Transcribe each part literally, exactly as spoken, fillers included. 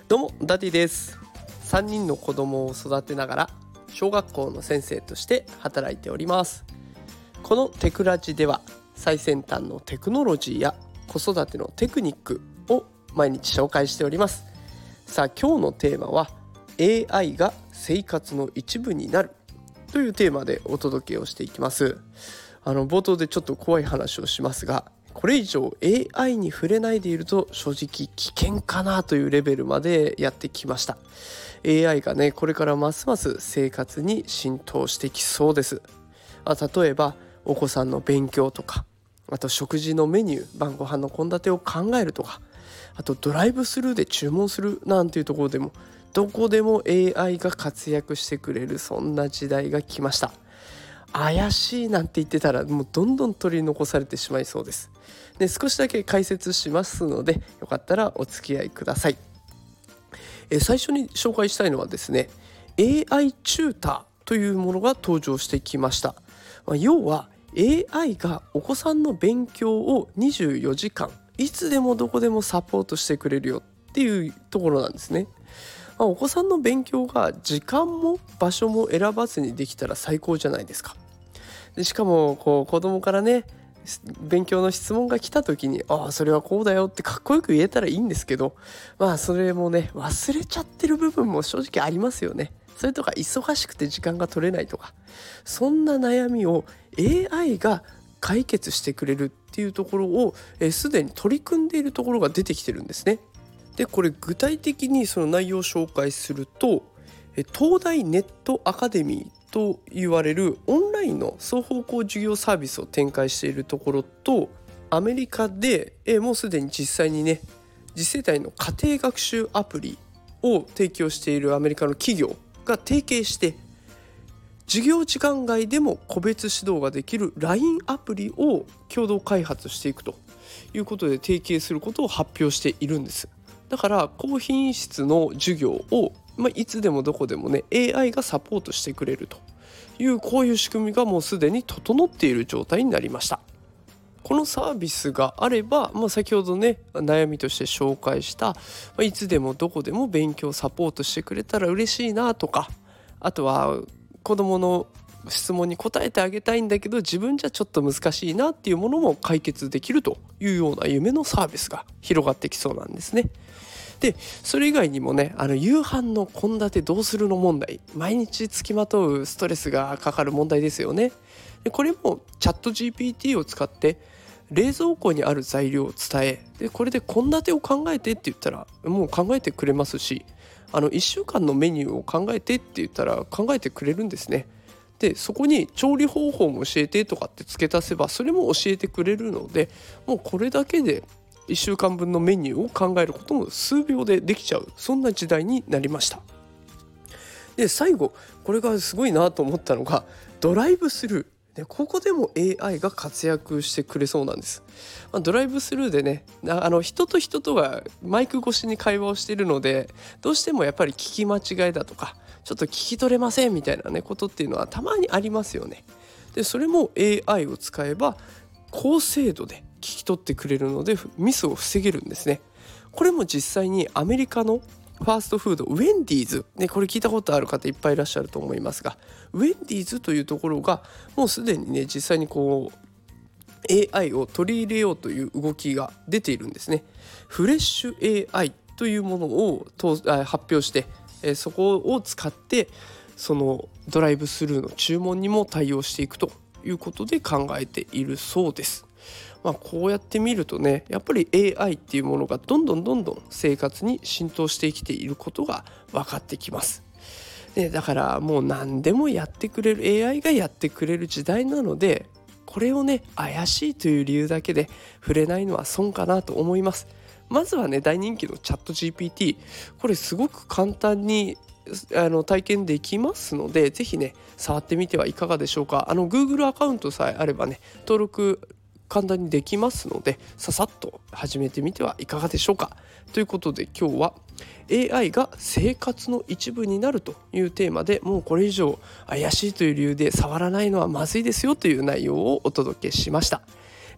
どうもダディです。さんにんの子供を育てながら小学校の先生として働いております。このテクラジでは最先端のテクノロジーや子育てのテクニックを毎日紹介しております。さあ今日のテーマは エーアイ が生活の一部になるというテーマでお届けをしていきます。あの冒頭でちょっと怖い話をしますが、これ以上 エーアイ に触れないでいると正直危険かなというレベルまでやってきました。 エーアイ がねこれからますます生活に浸透してきそうです。あ例えばお子さんの勉強とか、あと食事のメニュー、晩ご飯の献立を考えるとか、あとドライブスルーで注文するなんていうところでもどこでも エーアイ が活躍してくれる、そんな時代が来ました。怪しいなんて言ってたらもうどんどん取り残されてしまいそうです。で少しだけ解説しますのでよかったらお付き合いください。え最初に紹介したいのはですね エーアイ チューターというものが登場してきました。まあ、要は エーアイ がお子さんの勉強をにじゅうよじかんいつでもどこでもサポートしてくれるよっていうところなんですね。まあ、お子さんの勉強が時間も場所も選ばずにできたら最高じゃないですか。でしかもこう子供からね勉強の質問が来た時にああそれはこうだよってかっこよく言えたらいいんですけど、まあそれもね忘れちゃってる部分も正直ありますよね。それとか忙しくて時間が取れないとか、そんな悩みを エーアイ が解決してくれるっていうところをすでに取り組んでいるところが出てきてるんですね。でこれ具体的にその内容を紹介すると、東大ネットアカデミーと言われるオンラインの双方向授業サービスを展開しているところと、アメリカでもうすでに実際にね次世代の家庭学習アプリを提供しているアメリカの企業が提携して授業時間外でも個別指導ができる ライン アプリを共同開発していくということで提携することを発表しているんです。だから高品質の授業を、まあ、いつでもどこでもね エーアイ がサポートしてくれるというこういう仕組みがもうすでに整っている状態になりました。このサービスがあれば、まあ、先ほどね悩みとして紹介した、まあ、いつでもどこでも勉強サポートしてくれたら嬉しいなとか、あとは子どもの質問に答えてあげたいんだけど自分じゃちょっと難しいなっていうものも解決できるというような夢のサービスが広がってきそうなんですね。でそれ以外にもねあの夕飯の献立どうするの問題、毎日つきまとうストレスがかかる問題ですよね。でこれもチャット ジーピーティー を使って冷蔵庫にある材料を伝え、でこれで献立を考えてって言ったらもう考えてくれますし、あのいっしゅうかんのメニューを考えてって言ったら考えてくれるんですね。でそこに調理方法も教えてとかって付け足せばそれも教えてくれるので、もうこれだけでいっしゅうかんぶんのメニューを考えることも数秒でできちゃう、そんな時代になりました。で最後これがすごいなと思ったのがドライブスルーで、ここでも エーアイ が活躍してくれそうなんです。まあ、ドライブスルーでねあの人と人とがマイク越しに会話をしているのでどうしてもやっぱり聞き間違いだとかちょっと聞き取れませんみたいなねことっていうのはたまにありますよね。でそれも エーアイ を使えば高精度で聞き取ってくれるのでミスを防げるんですね。これも実際にアメリカのファーストフードウェンディーズ、ね、これ聞いたことある方いっぱいいらっしゃると思いますが、ウェンディーズというところがもうすでにね実際にこう エーアイ を取り入れようという動きが出ているんですね。フレッシュ エーアイ というものを発表してえそこを使ってそのドライブスルーの注文にも対応していくということで考えているそうです。まあ、こうやって見るとねやっぱり エーアイ っていうものがどんどんどんどん生活に浸透してきていることが分かってきます。でだからもう何でもやってくれる エーアイ がやってくれる時代なので、これをね怪しいという理由だけで触れないのは損かなと思います。まずはね大人気のチャット ジーピーティー、これすごく簡単にあの体験できますのでぜひね触ってみてはいかがでしょうか。あの Google アカウントさえあればね登録簡単にできますのでささっと始めてみてはいかがでしょうか。ということで今日は エーアイ が生活の一部になるというテーマで、もうこれ以上怪しいという理由で触らないのはまずいですよという内容をお届けしました。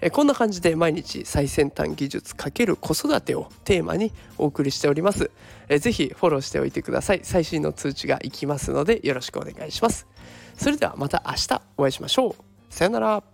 えこんな感じで毎日最先端技術×子育てをテーマにお送りしております。えぜひフォローしておいてください。最新の通知がいきますのでよろしくお願いします。それではまた明日お会いしましょう。さよなら。